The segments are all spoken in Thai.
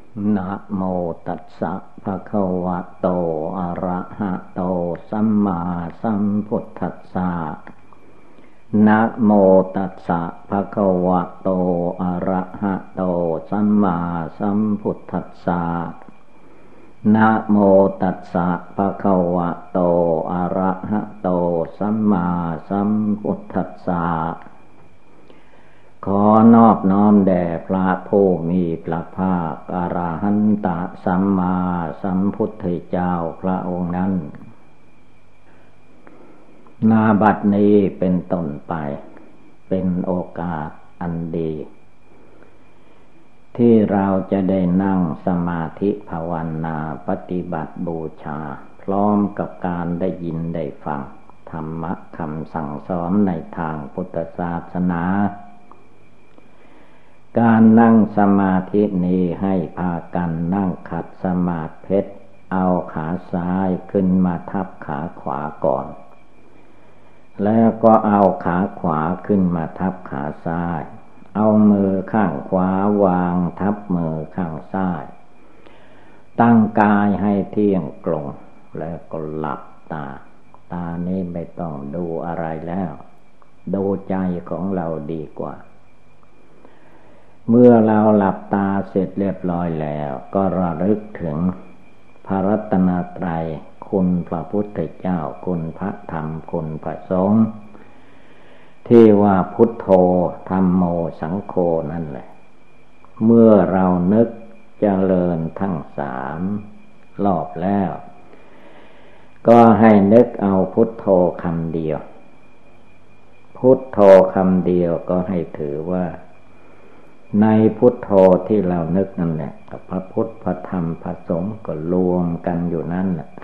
นะโมตัสสะภะคะวะโตอะระหะโตสัมมาสัมพุทธัสสะนะโมตัสสะภะคะวะโตอะระหะโตสัมมาสัมพุทธัสสะนะโมตัสสะภะคะวะโตอะระหะโตสัมมาสัมพุทธัสสะขอนอบน้อมแด่พระผู้มีพระภาคอรหันตสัมมาสัมพุทธเจ้าพระองค์นั้นณ บัดนี้เป็นต้นไปเป็นโอกาสอันดีที่เราจะได้นั่งสมาธิภาวนาปฏิบัติบูชาพร้อมกับการได้ยินได้ฟังธรรมะคำสั่งสอนในทางพุทธศาสนาการนั่งสมาธินี้ให้พากันนั่งขัดสมาธิเอาขาซ้ายขึ้นมาทับขาขวาก่อนแล้วก็เอาขาขวาขึ้นมาทับขาซ้ายเอามือข้างขวาวางทับมือข้างซ้ายตั้งกายให้เที่ยงตรงแล้วก็หลับตานี้ไม่ต้องดูอะไรแล้วดูใจของเราดีกว่าเมื่อเราหลับตาเสร็จเรียบร้อยแล้วก็ระลึกถึงพระรัตนตรัยคุณพระพุทธเจ้าคุณพระธรรมคุณพระสงฆ์ที่ว่าพุทโธธัมโมสังโฆนั่นแหละเมื่อเรานึกเจริญทั้งสามรอบแล้วก็ให้นึกเอาพุทโธคำเดียวพุทโธคำเดียวก็ให้ถือว่าในพุทโธที่เรานึกนั่นแหละกับพระพุทธพระธรรมพระสงฆ์ก็รวมกันอยู่นั่นแหละ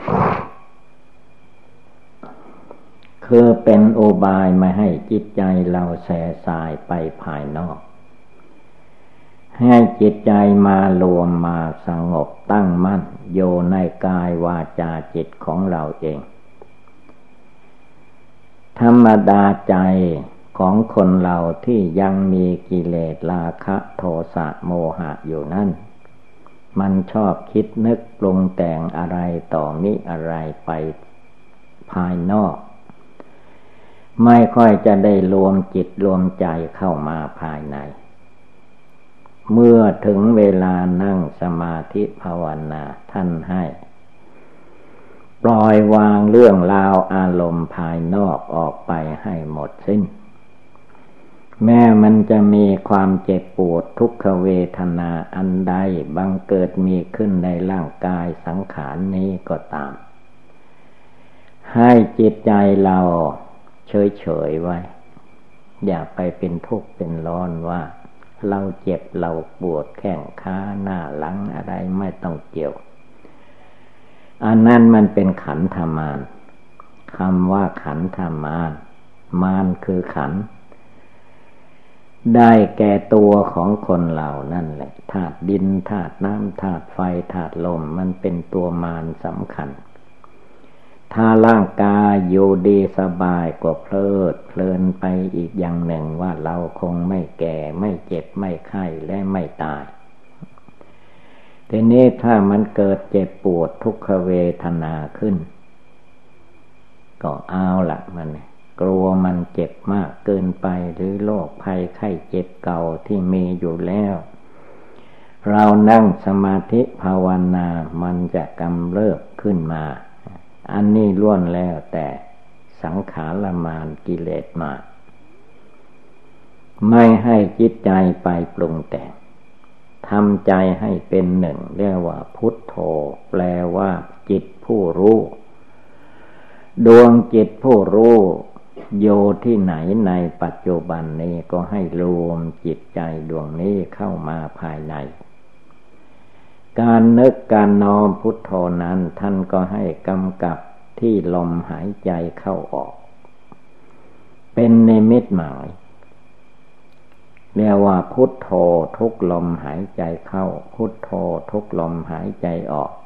คือเป็นอุบายไม่ให้จิตใจเราแส่สายไปภายนอกให้จิตใจมารวมมาสงบตั้งมั่นอยู่ในกายวาจาจิตของเราเองธรรมดาใจของคนเราที่ยังมีกิเลสราคะโทสะโมหะอยู่นั่นมันชอบคิดนึกปรุงแต่งอะไรต่อมิอะไรไปภายนอกไม่ค่อยจะได้รวมจิตรวมใจเข้ามาภายในเมื่อถึงเวลานั่งสมาธิภาวนาท่านให้ปล่อยวางเรื่องราวอารมณ์ภายนอกออกไปให้หมดสิ้นแม้มันจะมีความเจ็บปวดทุกขเวทนาอันใดบังเกิดมีขึ้นในร่างกายสังขารนี้ก็ตามให้จิตใจเราเฉยๆไว้อย่าไปเป็นทุกข์เป็นร้อนว่าเราเจ็บเราปวดแข้งขาหน้าหลังอะไรไม่ต้องเกี่ยวอันนั้นมันเป็นขันธมารคำว่าขันธมารมารคือขันธ์ได้แก่ตัวของคนเรานั่นแหละธาตุดินธาตุน้ำธาตุไฟธาตุลมมันเป็นตัวมารสำคัญถ้าร่างกายอยู่ดีสบายก็เพลินไปอีกอย่างหนึ่งว่าเราคงไม่แก่ไม่เจ็บไม่ไข้และไม่ตายทีนี้ถ้ามันเกิดเจ็บปวดทุกขเวทนาขึ้นก็เอาละมันกลัวมันเจ็บมากเกินไปหรือโรคภัยไข้เจ็บเก่าที่มีอยู่แล้วเรานั่งสมาธิภาวนามันจะกำเริบขึ้นมาอันนี้ล้วนแล้วแต่สังขารมารกิเลสมาไม่ให้จิตใจไปปรุงแต่งทำใจให้เป็นหนึ่งเรียกว่าพุทโธแปลว่าจิตผู้รู้ดวงจิตผู้รู้โยที่ไหนในปัจจุบันนี้ก็ให้รวมจิตใจดวงนี้เข้ามาภายในการนึกการน้อมพุทโธนั้นท่านก็ให้กำกับที่ลมหายใจเข้าออกเป็นนิมิตหมายเรียกว่าพุทโธทุกลมหายใจเข้าพุทโธทุกลมหายใจออก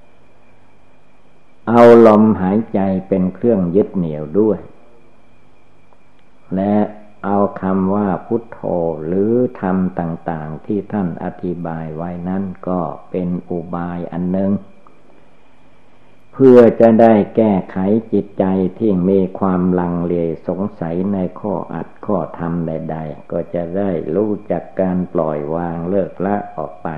เอาลมหายใจเป็นเครื่องยึดเหนี่ยวด้วยและเอาคำว่าพุทโธหรือธรรมต่างๆที่ท่านอธิบายไว้นั้นก็เป็นอุบายอันหนึ่งเพื่อจะได้แก้ไขจิตใจที่มีความลังเลสงสัยในข้ออัดข้อธรรมใดๆก็จะได้รู้จักการปล่อยวางเลิกละออกไป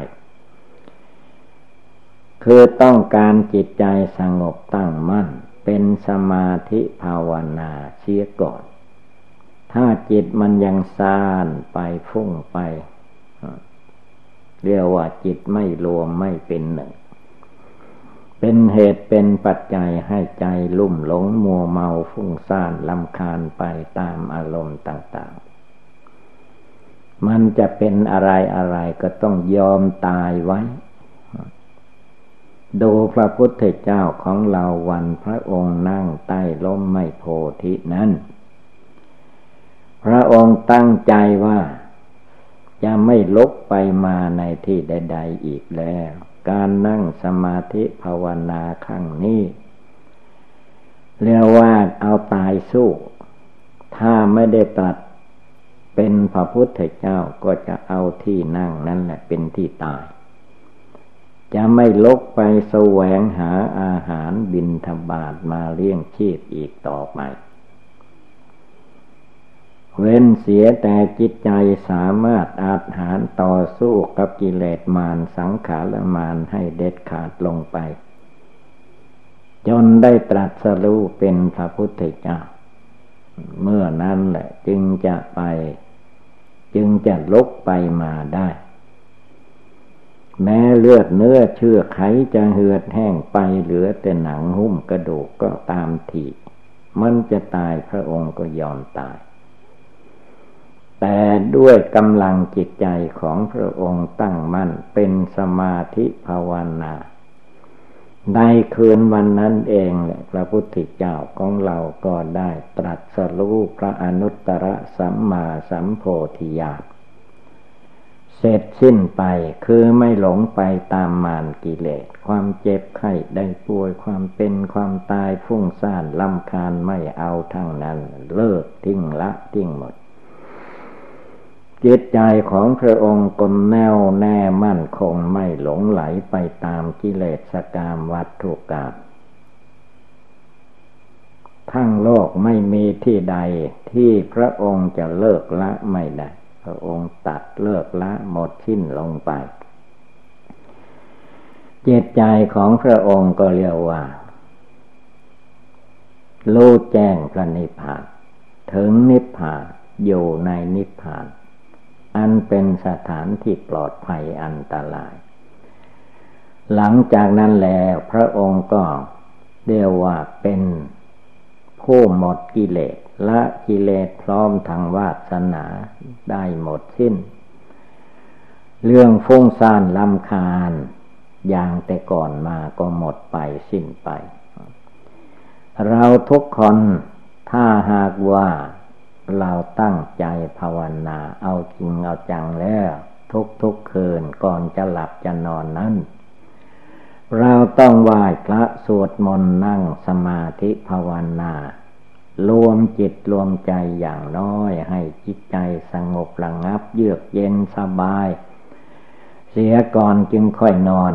คือต้องการจิตใจสงบตั้งมั่นเป็นสมาธิภาวนาเสียก่อนถ้าจิตมันยังซ่านไปฟุ้งไปเรียกว่าจิตไม่รวมไม่เป็นหนึ่งเป็นเหตุเป็นปัจจัยให้ใจลุ่มหลงมัวเมาฟุ้งซ่านรำคาญไปตามอารมณ์ต่างๆมันจะเป็นอะไรก็ต้องยอมตายไว้ดูพระพุทธเจ้าของเราวันพระองค์นั่งใต้ร่มไม้โพธินั้นพระองค์ตั้งใจว่าจะไม่ลุกไปมาในที่ใดๆอีกแล้วการนั่งสมาธิภาวนาครั้งนี้เรียกว่าเอาตายสู้ถ้าไม่ได้ตรัสเป็นพระพุทธเจ้าก็จะเอาที่นั่งนั่นแหละเป็นที่ตายจะไม่ลุกไปแสวงหาอาหารบิณฑบาตมาเลี้ยงชีพอีกต่อไปเว้นเสียแต่จิตใจสามารถอาหารต่อสู้กับกิเลสมารสังขารมารให้เด็ดขาดลงไปจนได้ตรัสรู้เป็นพระพุทธเจ้าเมื่อนั้นแหละจึงจะลุกไปมาได้แม้เลือดเนื้อเชื่อไขจะเหือดแห้งไปเหลือแต่หนังหุ้มกระดูกก็ตามทีมันจะตายพระองค์ก็ยอมตายแต่ด้วยกำลังจิตใจของพระองค์ตั้งมั่นเป็นสมาธิภาวนาในคืนวันนั้นเองแหละพระพุทธเจ้าของเราก็ได้ตรัสรู้พระอนุตตรสัมมาสัมโพธิญาณเสร็จสิ้นไปคือไม่หลงไปตามมารกิเลสความเจ็บไข้ได้ป่วยความเป็นความตายฟุ้งซ่านรำคาญไม่เอาทั้งนั้นเลิกทิ้งละทิ้งหมดจิตใจของพระองค์ก็แน่วแน่มั่นคงไม่หลงไหลไปตามกิเลสกามวัตถุกรรมทั้งโลกไม่มีที่ใดที่พระองค์จะเลิกละไม่ได้พระองค์ตัดเลิกละหมดสิ้นลงไปจิตใจของพระองค์ก็เรียกว่ารู้แจ้งพระนิพพานถึงนิพพานอยู่ในนิพพานอันเป็นสถานที่ปลอดภัยอันตรายหลังจากนั้นแล้วพระองค์ก็เรียกว่าเป็นผู้หมดกิเลสละกิเลสพร้อมทางวาสนาได้หมดสิ้นเรื่องฟุ้งซ่านรำคาญอย่างแต่ก่อนมาก็หมดไปสิ้นไปเราทุกคนถ้าหากว่าเราตั้งใจภาวนาเอาจริงเอาจังแล้วทุกคืนก่อนจะหลับจะนอนนั้นเราต้องไหว้พระสวดมนต์นั่งสมาธิภาวนารวมจิตรวมใจอย่างน้อยให้จิตใจสงบระงับเยือกเย็นสบายเสียก่อนจึงค่อยนอน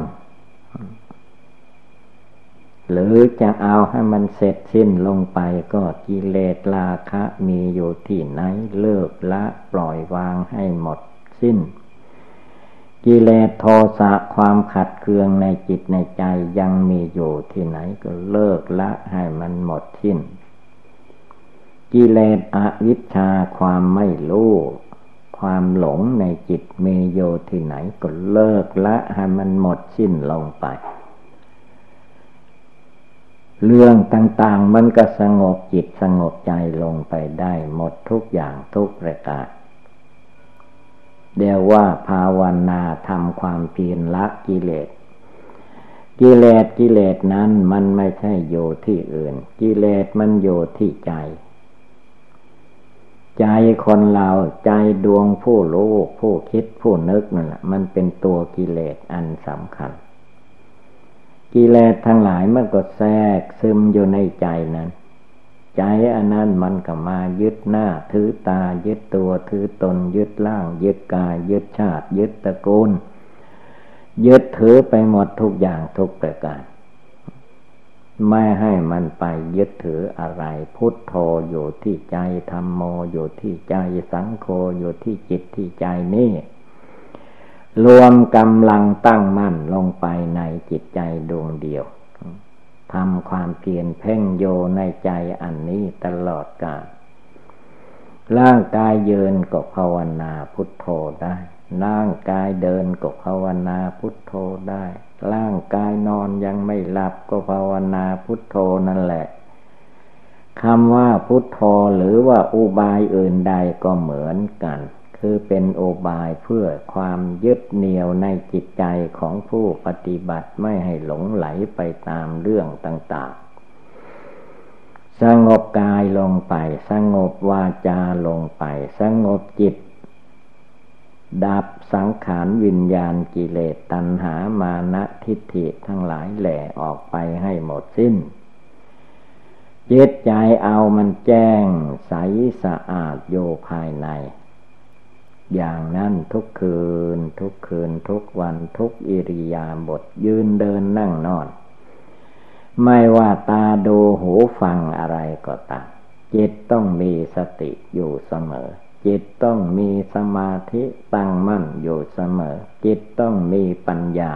หรือจะเอาให้มันเสร็จสิ้นลงไปก็กิเลสราคะมีอยู่ที่ไหนเลิกละปล่อยวางให้หมดสิ้นกิเลสโทสะความขัดเคืองในจิตในใจยังมีอยู่ที่ไหนก็เลิกละให้มันหมดสิ้นกิเลสอวิชชาความไม่รู้ความหลงในจิตมีอยู่ที่ไหนก็เลิกละให้มันหมดสิ้นลงไปเรื่องต่างๆมันก็สงบจิตสงบใจลงไปได้หมดทุกอย่างทุกประการเรียกว่าภาวนาทำความเพียรละกิเลสกิเลสนั้นมันไม่ใช่อยู่ที่อื่นกิเลสมันอยู่ที่ใจใจคนเราใจดวงผู้รู้ผู้คิดผู้นึกนั่นแหละมันเป็นตัวกิเลสอันสำคัญกิเลสทั้งหลายมันก็แทรกซึมอยู่ในใจนั้นใจอันนั้นมันก็มายึดหน้าถือตายึดตัวถือตนยึดร่างยึดกายยึดชาติยึดตระกูลยึดถือไปหมดทุกอย่างทุกประการไม่ให้มันไปยึดถืออะไรพุทโธอยู่ที่ใจธัมโมอยู่ที่ใจสังโฆอยู่ที่จิตที่ใจนี่รวมกำลังตั้งมั่นลงไปในจิตใจดวงเดียวทำความเพียรเพ่งโยในใจอันนี้ตลอดกาลร่างกายยืนก็ภาวนาพุทโธได้ร่างกายเดินก็ภาวนาพุทโธได้ร่างกายนอนยังไม่หลับก็ภาวนาพุทโธนั่นแหละคำว่าพุทโธหรือว่าอุบายอื่นใดก็เหมือนกันคือเป็นอุบายเพื่อความยึดเหนี่ยวในจิตใจของผู้ปฏิบัติไม่ให้หลงไหลไปตามเรื่องต่างๆสงบกายลงไปสงบวาจาลงไปสงบจิตดับสังขารวิญญาณกิเลสตัณหามานะทิฏฐิทั้งหลายแหล่ออกไปให้หมดสิ้นจิตใจเอามันแจ้งใสสะอาดโยภายในอย่างนั้นทุกคืนทุกคืนทุกวันทุกอิริยาบถยืนเดินนั่งนอนไม่ว่าตาดูหูฟังอะไรก็ตามจิตต้องมีสติอยู่เสมอจิตต้องมีสมาธิตั้งมั่นอยู่เสมอจิตต้องมีปัญญา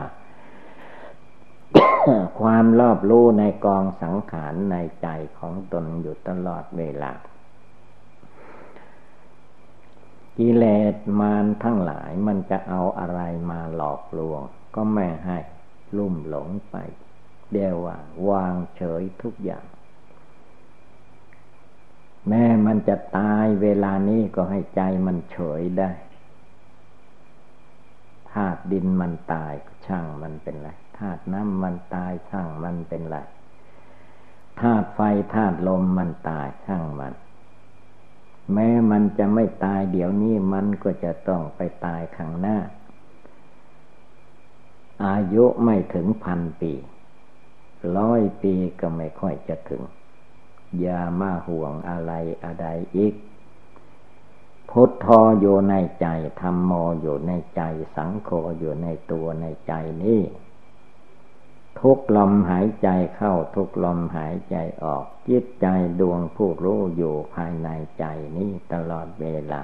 ความรอบรู้ในกองสังขารในใจของตนอยู่ตลอดเวลากิเลสมารทั้งหลายมันจะเอาอะไรมาหลอกลวงก็ไม่ให้ลุ่มหลงไปเดี๋ยวว่าวางเฉยทุกอย่างแม้มันจะตายเวลานี้ก็ให้ใจมันเฉยได้ธาตุดินมันตายก็ช่างมันเป็นไรธาตุน้ำมันตายช่างมันเป็นไรธาตุไฟธาตุลมมันตายช่างมันแม้มันจะไม่ตายเดี๋ยวนี้มันก็จะต้องไปตายข้างหน้าอายุไม่ถึง1,000 ปี100 ปีก็ไม่ค่อยจะถึงอย่ามาห่วงอะไรอีกพุทโธอยู่ในใจธัมโมอยู่ในใจสังโฆอยู่ในตัวในใจนี้ทุกลมหายใจเข้าทุกลมหายใจออกจิตใจดวงผู้รู้อยู่ภายในใจนี้ตลอดเวลา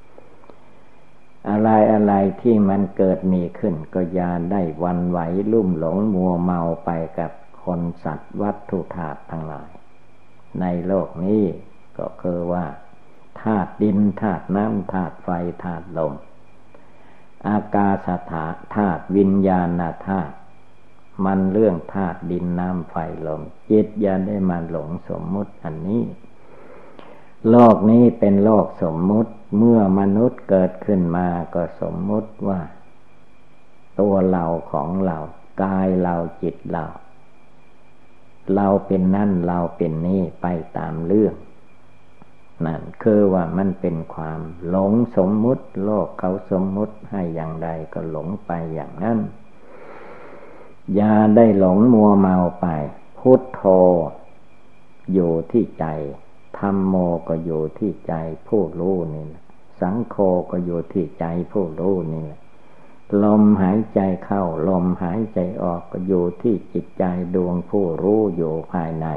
อะไรที่มันเกิดมีขึ้นก็อย่าได้หวั่นไหวลุ่มหลงมัวเมาไปกับคนสัตว์วัตถุธาตุทั้งหลายในโลกนี้ก็คือว่าธาตุดินธาตุน้ำธาตุไฟธาตุลมอากาศธาตุวิญญาณธาตุมันเรื่องธาตุดินน้ำไฟลมจิตอย่าได้มาหลงสมมุติอันนี้โลกนี้เป็นโลกสมมุติเมื่อมนุษย์เกิดขึ้นมาก็สมมุติว่าตัวเราของเรากายเราจิตเราเป็นนั่นเราเป็นนี่ไปตามเรื่องนั่นคือว่ามันเป็นความหลงสมมุติโลกเขาสมมุติให้อย่างใดก็หลงไปอย่างนั้นอย่าได้หลงมัวเมาไปพุทโธอยู่ที่ใจธัมโมก็อยู่ที่ใจผู้รู้นี่แหละสังโฆก็อยู่ที่ใจผู้รู้นี่แหละลมหายใจเข้าลมหายใจออกก็อยู่ที่จิตใจดวงผู้รู้อยู่ภายใน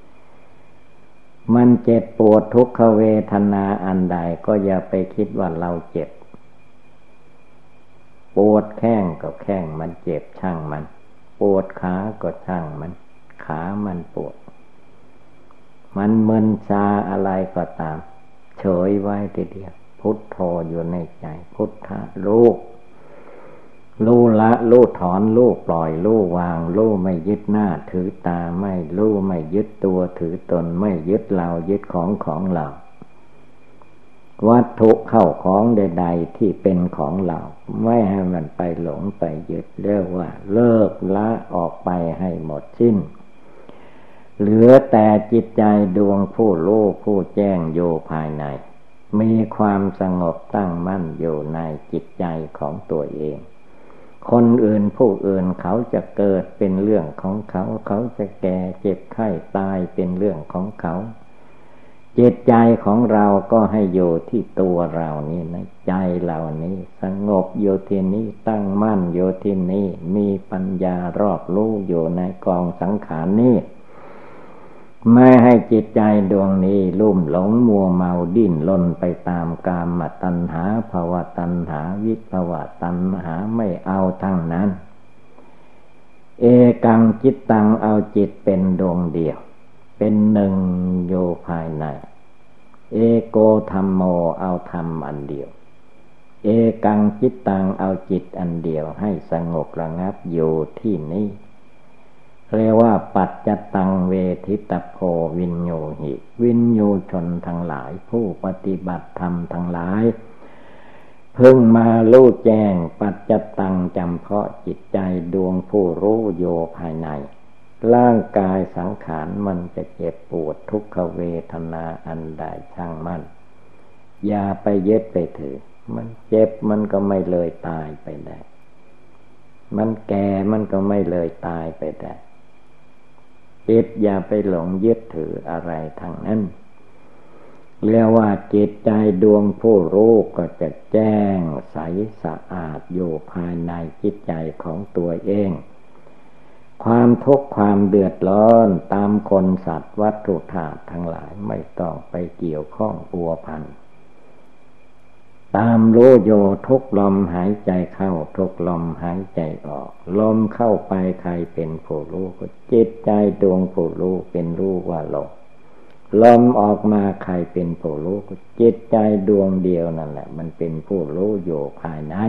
มันเจ็บปวดทุกขเวทนาอันใดก็อย่าไปคิดว่าเราเจ็บปวดแข้งก็แข้งมันเจ็บช่างมันปวดขาก็ช่างมันขามันปวดมันมึนชาอะไรก็ตามเฉยไว้ทีเดียวพุทโธอยู่ในใจพุทธะรู้ละรู้ถอนรู้ปล่อยรู้วางรู้ไม่ยึดหน้าถือตาไม่รู้ไม่ยึดตัวถือตนไม่ยึดเรายึดของเราวัตถุเข้าของใดๆที่เป็นของเราไม่ให้มันไปหลงไปยึดเรียกว่าเลิกละออกไปให้หมดสิ้นเหลือแต่จิตใจดวงผู้รู้ผู้แจ้งอยู่ภายในมีความสงบตั้งมั่นอยู่ในจิตใจของตัวเองคนอื่นผู้อื่นเขาจะเกิดเป็นเรื่องของเขาเขาจะแก่เจ็บไข้ตายเป็นเรื่องของเขาจิตใจของเราก็ให้อยู่ที่ตัวเรานี่นะใจเรานี้สงบอยู่ที่นี้ตั้งมั่นอยู่ที่นี้มีปัญญารอบรู้อยู่ในกองสังขารนี้ไม่ให้จิตใจดวงนี้ลุ่มหลงมัวเมาดิ้นรนไปตามกามตัณหาภวตัณหาวิภวตัณหาไม่เอาทั้งนั้นเอกังจิตตังเอาจิตเป็นดวงเดียวเป็นหนึ่งอยู่ภายในเอโกธัมโมเอาธรรมอันเดียวเอกังจิตตังเอาจิตอันเดียวให้สงบระงับอยู่ที่นี้เรียกว่าปัจจตังเวทิตโพวินโยหิวินโยชนทั้งหลายผู้ปฏิบัติธรรมทั้งหลายเพิ่งมารู้แจ้งปัจจตังจำเพาะจิตใจดวงผู้รู้โยภายในร่างกายสังขารมันจะเจ็บปวดทุกขเวทนาอันใดช่างมันอย่าไปยึดไปถือมันเจ็บมันก็ไม่เลยตายไปได้มันแก่มันก็ไม่เลยตายไปได้จิตอย่าไปหลงยึดถืออะไรทั้งนั้นเรียกว่าจิตใจดวงผู้รู้ก็จะแจ้งใสสะอาดอยู่ภายในจิตใจของตัวเองความทุกข์ความเดือดร้อนตามคนสัตว์วัตถุธาตุทั้งหลายไม่ต้องไปเกี่ยวข้องพัวพันตามรู้โยทุกลมหายใจเข้าทุกลมหายใจออกลมเข้าไปใครเป็นผู้รู้ก็จิตใจดวงผู้รู้เป็นรู้ว่าลมลมออกมาใครเป็นผู้รู้ก็จิตใจดวงเดียวนั่นแหละมันเป็นผู้รู้อยู่ภายใน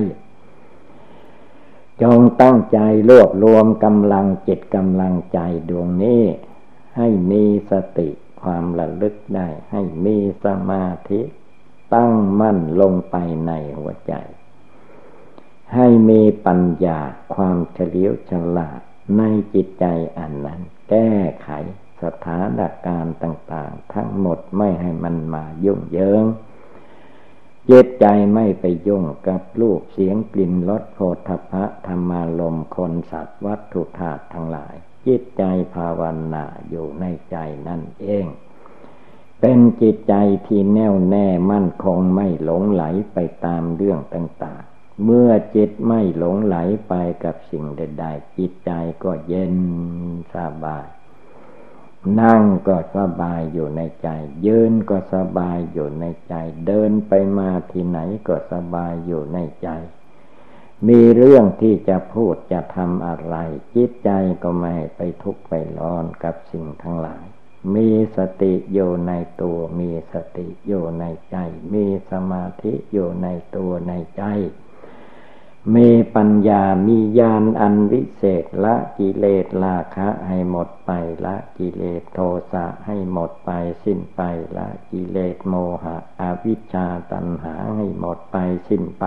จงตั้งใจรวบรวมกำลังจิตกำลังใจดวงนี้ให้มีสติความระลึกได้ให้มีสมาธิตั้งมั่นลงไปในหัวใจให้มีปัญญาความเฉลียวฉลาดในจิตใจอันนั้นแก้ไขสถานการณ์ต่างๆทั้งหมดไม่ให้มันมายุ่งเหยิงจิตใจไม่ไปยุ่งกับรูปเสียงกลิ่นรสโผฏฐัพพะธรรมารมณ์คนสัตว์วัตถุธาตุทั้งหลายจิตใจภาวนาอยู่ในใจนั่นเองเป็นจิตใจที่แน่วแน่มั่นคงไม่หลงไหลไปตามเรื่องต่างๆเมื่อจิตไม่หลงไหลไปกับสิ่งใดๆจิตใจก็เย็นสบายนั่งก็สบายอยู่ในใจยืนก็สบายอยู่ในใจเดินไปมาที่ไหนก็สบายอยู่ในใจมีเรื่องที่จะพูดจะทำอะไรจิตใจก็ไม่ไปทุกข์ไปร้อนกับสิ่งทั้งหลายมีสติอยู่ในตัวมีสติอยู่ในใจมีสมาธิอยู่ในตัวในใจมีปัญญามีญาณอันวิเศษละกิเลสราคะให้หมดไปละกิเลสโทสะให้หมดไปสิ้นไปละกิเลสโมหะอวิชชาตัณหาให้หมดไปสิ้นไป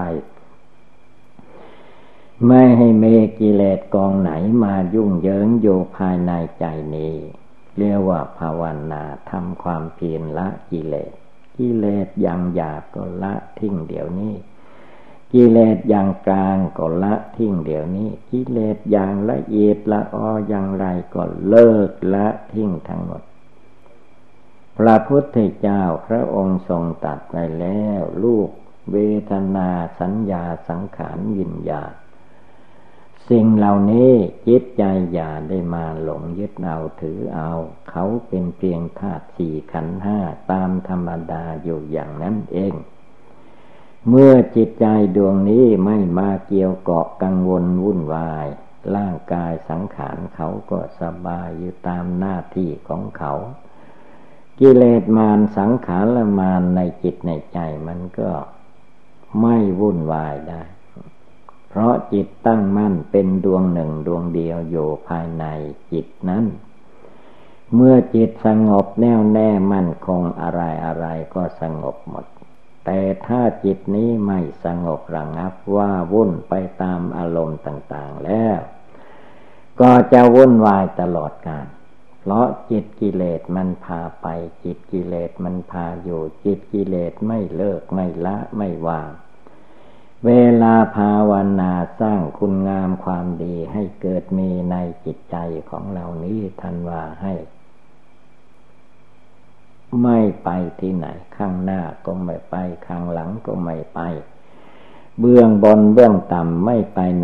ไม่ให้มีกิเลสกองไหนมายุ่งเหยิงอยู่ภายในใจนี้เรียกว่าภาวนาทำความเพียรละกิเลสกิเลสอย่างหยาบก็ละทิ้งเดี๋ยวนี้กิเลสอย่างกลางก็ละทิ้งเดี๋ยวนี้กิเลสอย่างละเอียดละอออย่างไรก็เลิกละทิ้งทั้งหมดพระพุทธเจ้าพระองค์ทรงตรัสไว้แล้วรูปเวทนาสัญญาสังขารวิญญาณสิ่งเหล่านี้จิตใจอย่าได้มาหลงยึดเอาถือเอาเขาเป็นเพียงธาตุสี่ขันธ์ห้าตามธรรมดาอยู่อย่างนั้นเองเมื่อจิตใจดวงนี้ไม่มาเกี่ยวเกาะกังวลวุ่นวายร่างกายสังขารเขาก็สบายอยู่ตามหน้าที่ของเขากิเลสมารสังขารมารในจิตในใจมันก็ไม่วุ่นวายได้เพราะจิตตั้งมั่นเป็นดวงหนึ่งดวงเดียวอยู่ภายในจิตนั้นเมื่อจิตสงบแน่วแน่มั่นคงอะไรก็สงบหมดแต่ถ้าจิตนี้ไม่สงบระงับว่าวุ่นไปตามอารมณ์ต่างๆแล้วก็จะวุ่นวายตลอดกาลเพราะจิตกิเลสมันพาไปจิตกิเลสมันพาอยู่จิตกิเลสไม่เลิกไม่ละไม่วางเวลาภาวนาสร้างคุณงามความดีให้เกิดมีในจิตใจของเรานี้ท่านว่าให้ไม่ไปที่ไหนข้างหน้าก็ไม่ไปข้างหลังก็ไม่ไปเบื้องบนเบื้องต่ำไม่ไปไหน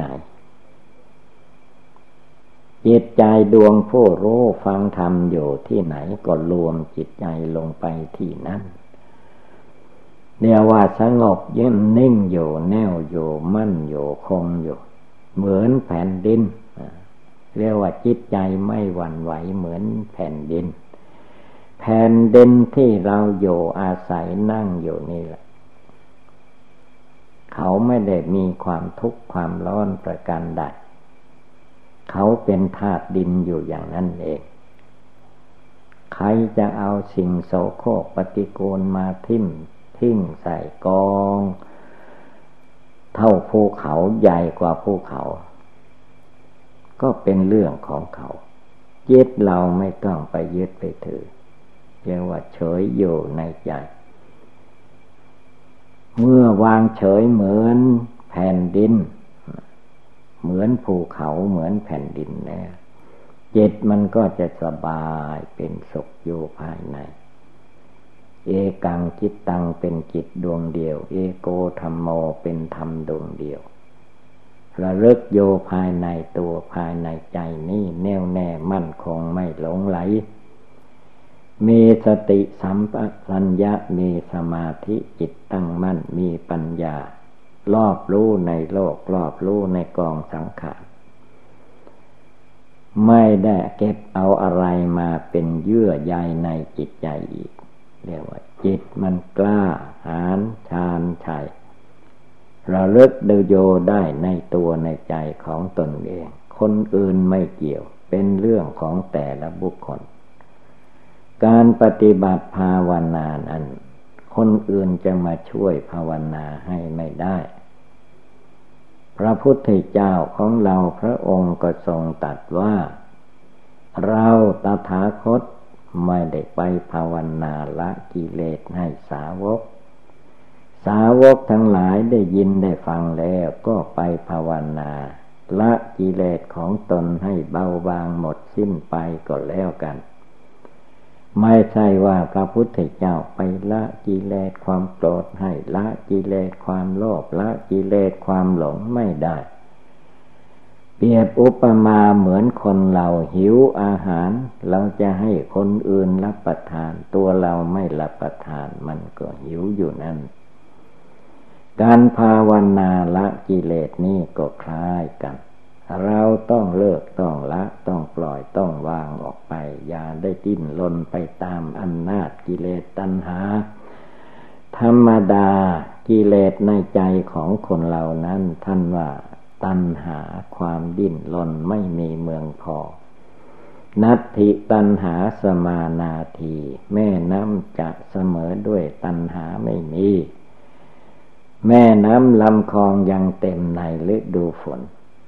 จิตใจดวงผู้รู้ฟังธรรมอยู่ที่ไหนก็รวมจิตใจลงไปที่นั้นเรียกว่าสงบเย็นนิ่งอยู่แน่วอยู่มั่นอยู่คงอยู่เหมือนแผ่นดินเรียกว่าจิตใจไม่หวั่นไหวเหมือนแผ่นดินแผ่นดินที่เราอยู่อาศัยนั่งอยู่นี่แหละเขาไม่ได้มีความทุกข์ความร้อนประการใดเขาเป็นธาตุดินอยู่อย่างนั้นเองใครจะเอาสิ่งโสโครกปฏิกูลมาทิ้งใส่กองเท่าภูเขาใหญ่กว่าภูเขาก็เป็นเรื่องของเขายึดเราไม่ต้องไปยึดไปถือเรียกว่าเฉยอยู่ในใจเมื่อวางเฉยเหมือนแผ่นดินเหมือนภูเขาเหมือนแผ่นดินแล้วจิตมันก็จะสบายเป็นสุขอยู่ภายในเอกังจิตตังเป็นจิตดวงเดียวเอโกธัมโมเป็นธรรมดวงเดียวระลึกโยภายในตัวภายในใจนี้แน่วแน่มั่นคงไม่หลงไหลมีสติสัมปชัญญะมีสมาธิจิตตั้งมั่นมีปัญญารอบรู้ในโลกรอบรู้ในกองสังขารไม่ได้เก็บเอาอะไรมาเป็นเยื่อใยในจิตใจอีกเรียกว่าจิตมันกล้าหาญชาญชัยระลึกดูโยได้ในตัวในใจของตนเองคนอื่นไม่เกี่ยวเป็นเรื่องของแต่ละบุคคลการปฏิบัติภาวนานั้นคนอื่นจะมาช่วยภาวนาให้ไม่ได้พระพุทธเจ้าของเราพระองค์ก็ทรงตรัสว่าเราตถาคตไม่ได้ไปภาวนาละกิเลสให้สาวกทั้งหลายได้ยินได้ฟังแล้วก็ไปภาวนาละกิเลสของตนให้เบาบางหมดสิ้นไปก็แล้วกันไม่ใช่ว่าพระพุทธเจ้าไปละกิเลสความโกรธให้ละกิเลสความโลภละกิเลสความหลงไม่ได้เปรียบอุปมาเหมือนคนเราหิวอาหารเราจะให้คนอื่นรับประทานตัวเราไม่รับประทานมันก็หิวอยู่นั่นการภาวนาละกิเลสนี่ก็คล้ายกันเราต้องเลิกต้องละต้องปล่อยต้องวางออกไปอย่าได้ดิ้นรนไปตามอำนาจกิเลสตัณหาธรรมดากิเลสในใจของคนเรานั้นท่านว่าตัณหาความดิ้นรนไม่มีเมืองพอนัตถิตัณหาสมานาทีแม่น้ำจะเสมอด้วยตัณหาไม่มีแม่น้ำลำคลองยังเต็มในฤดูฝน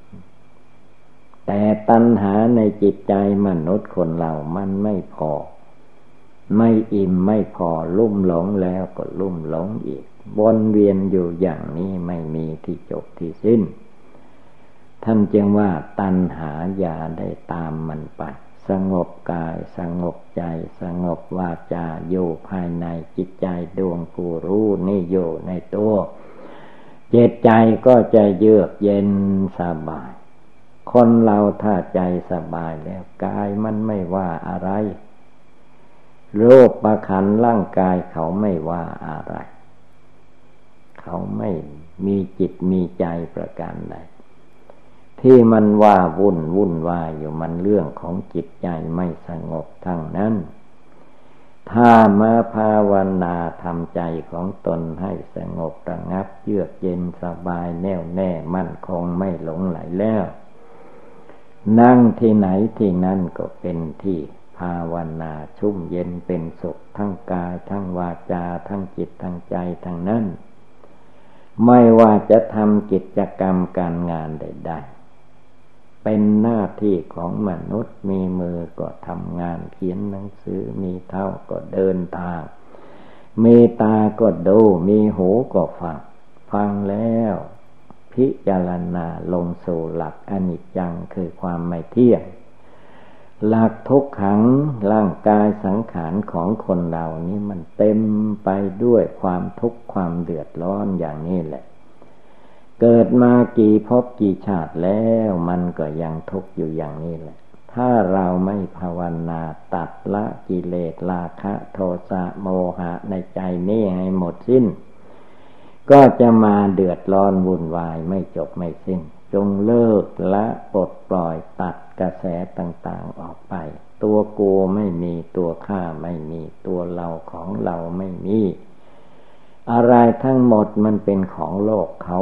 แต่ตัณหาในจิตใจมนุษย์คนเรามันไม่พอไม่อิ่มไม่พอลุ่มหลงแล้วก็ลุ่มหลงอีกวนเวียนอยู่อย่างนี้ไม่มีที่จบที่สิ้นท่านจึงว่าตัณหาอย่าได้ตามมันไปสงบกายสงบใจสงบวาจาอยู่ภายในจิตใจดวงผู้รู้นี่อยู่ในตัวจิตใจก็จะเยือกเย็นสบายคนเราถ้าใจสบายแล้วกายมันไม่ว่าอะไรรูปประขันธ์ร่างกายเขาไม่ว่าอะไรเขาไม่มีจิตมีใจประการใดที่มันว่าวุ่นวายอยู่มันเรื่องของจิตใจไม่สงบทั้งนั้นถ้ามาภาวนาทำใจของตนให้สงบระงับเยือกเย็นสบายแน่วแน่มั่นคงไม่หลงไหลแล้วนั่งที่ไหนที่นั่นก็เป็นที่ภาวนาชุ่มเย็นเป็นสุขทั้งกายทั้งวาจาทั้งจิตทั้งใจทั้งนั้นไม่ว่าจะทำกิจกรรมการงานใดๆเป็นหน้าที่ของมนุษย์มีมือก็ทำงานเขียนหนังสือมีเท้าก็เดินทางมีตาก็ดูมีหูก็ฟังแล้วพิจารณาลงสู่หลักอนิจจังคือความไม่เที่ยงหลักทุกขังร่างกายสังขารของคนเรานี่มันเต็มไปด้วยความทุกข์ความเดือดร้อนอย่างนี้แหละเกิดมากี่ภพกี่ชาติแล้วมันก็ยังทุกข์อยู่อย่างนี้แหละถ้าเราไม่ภาวนาตัดละกิเลสราคะโทสะโมหะในใจนี้ให้หมดสิ้นก็จะมาเดือดร้อนวุ่นวายไม่จบไม่สิ้นจงเลิกละปลดปล่อยตัดกระแสต่างๆออกไปตัวกูไม่มีตัวข้าไม่มีตัวเราของเราไม่มีอะไรทั้งหมดมันเป็นของโลกเขา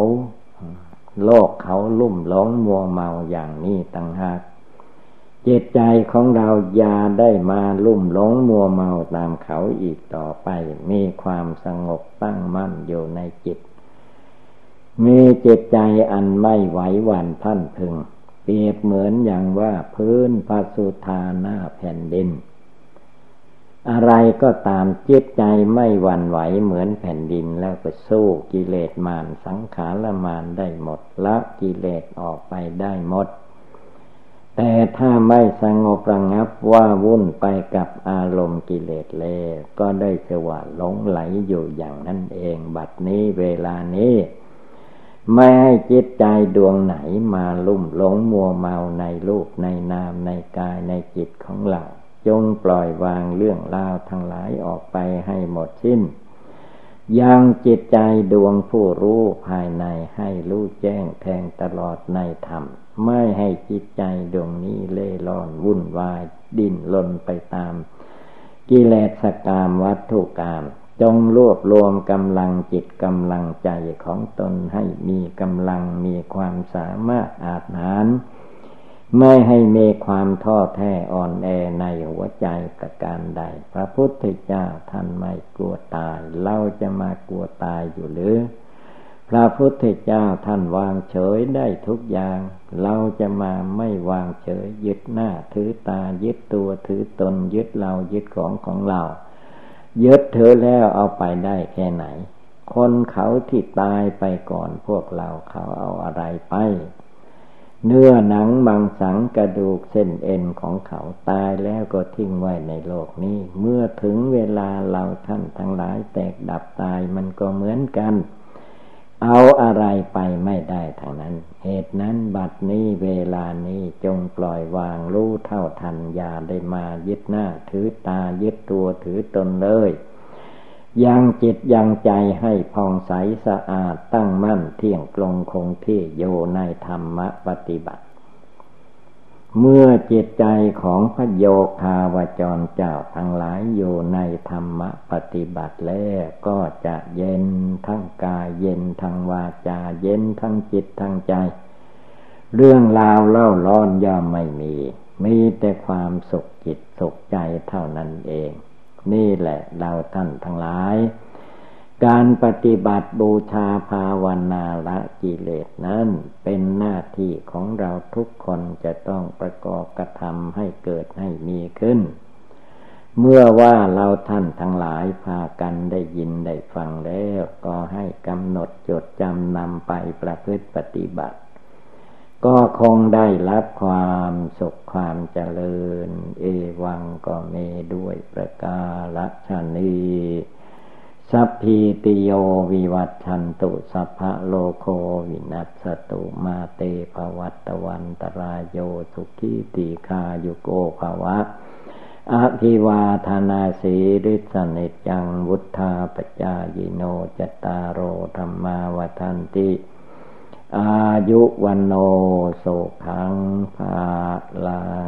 ลุ่มหลงมัวเมาอย่างนี้ต่างหากจิตใจของเราอย่าได้มาลุ่มหลงมัวเมาตามเขาอีกต่อไปมีความสงบตั้งมั่นอยู่ในจิตมีจิตใจอันไม่ไหวหวั่นพลันพรึงเปรียบเหมือนอย่างว่าพื้นพระสุธาหน้าแผ่นดินอะไรก็ตามจิตใจไม่หวั่นไหวเหมือนแผ่นดินแล้วก็สู้กิเลสมารสังขารมารได้หมดละกิเลสออกไปได้หมดแต่ถ้าไม่สงบระงับว่าวุ่นไปกับอารมณ์กิเลสแล้วก็ได้จะว่าหลงไหลอยู่อย่างนั้นเองบัดนี้เวลานี้ไม่ให้จิตใจดวงไหนมาลุ่มหลงมัวเมาในรูปในนามในกายในจิตของเราจงปล่อยวางเรื่องราวทั้งหลายออกไปให้หมดสิ้นยังจิตใจดวงผู้รู้ภายในให้รู้แจ้งแทงตลอดในธรรมไม่ให้จิตใจดวงนี้เล่ร่อนวุ่นวายดิ้นรนไปตามกิเลสกามวัตถุกรรมจงรวบรวมกำลังจิตกำลังใจของตนให้มีกำลังมีความสามารถอาจหาญไม่ให้มีความท้อแท้อ่อนแอในหัวใจกับการใดพระพุทธเจ้าท่านไม่กลัวตายเราจะมากลัวตายอยู่หรือพระพุทธเจ้าท่านวางเฉยได้ทุกอย่างเราจะมาไม่วางเฉยยึดหน้าถือตายึดตัวถือตนยึดเรายึดของเรายึดเธอแล้วเอาไปได้แค่ไหนคนเขาที่ตายไปก่อนพวกเราเขาเอาอะไรไปเนื้อหนังมังสังกระดูกเส้นเอ็นของเขาตายแล้วก็ทิ้งไว้ในโลกนี้เมื่อถึงเวลาเราท่านทั้งหลายแตกดับตายมันก็เหมือนกันเอาอะไรไปไม่ได้ทางนั้นเหตุนั้นบัดนี้เวลานี้จงปล่อยวางรู้เท่าทันอย่าได้มายึดหน้าถือตายึดตัวถือตนเลยยังจิตยังใจให้ผ่องใสสะอาดตั้งมั่นเที่ยงตรงคงที่อยู่ในธรรมปฏิบัติเมื่อจิตใจของพระโยคาวจรเจ้าทั้งหลายอยู่ในธรรมปฏิบัติแล้วก็จะเย็นทั้งกายเย็นทั้งวาจาเย็นทั้งจิตทั้งใจเรื่องราวเล่าร้อนย่อมไม่มีแต่ความสุขจิตสุขใจเท่านั้นเองนี่แหละเราท่านทั้งหลายการปฏิบัติบูชาภาวนาละกิเลสนั้นเป็นหน้าที่ของเราทุกคนจะต้องประกอบกระทำให้เกิดให้มีขึ้นเมื่อว่าเราท่านทั้งหลายพากันได้ยินได้ฟังแล้วก็ให้กำหนดจดจำนำไปประพฤติปฏิบัติก็คงได้รับความสุขความเจริญเอวังก็เมด้วยประกาศนีสัพพิติโยวิวัตชันตุสัพพะโลโควินัสสตุมาเตภวัตวันตรายโยสุขีติคายุโกภวะอภิวาทนาสีริสนิจังวุธาปจายโนจตารโอธรรมาวทันติอายุวันโนสุขังภาลัง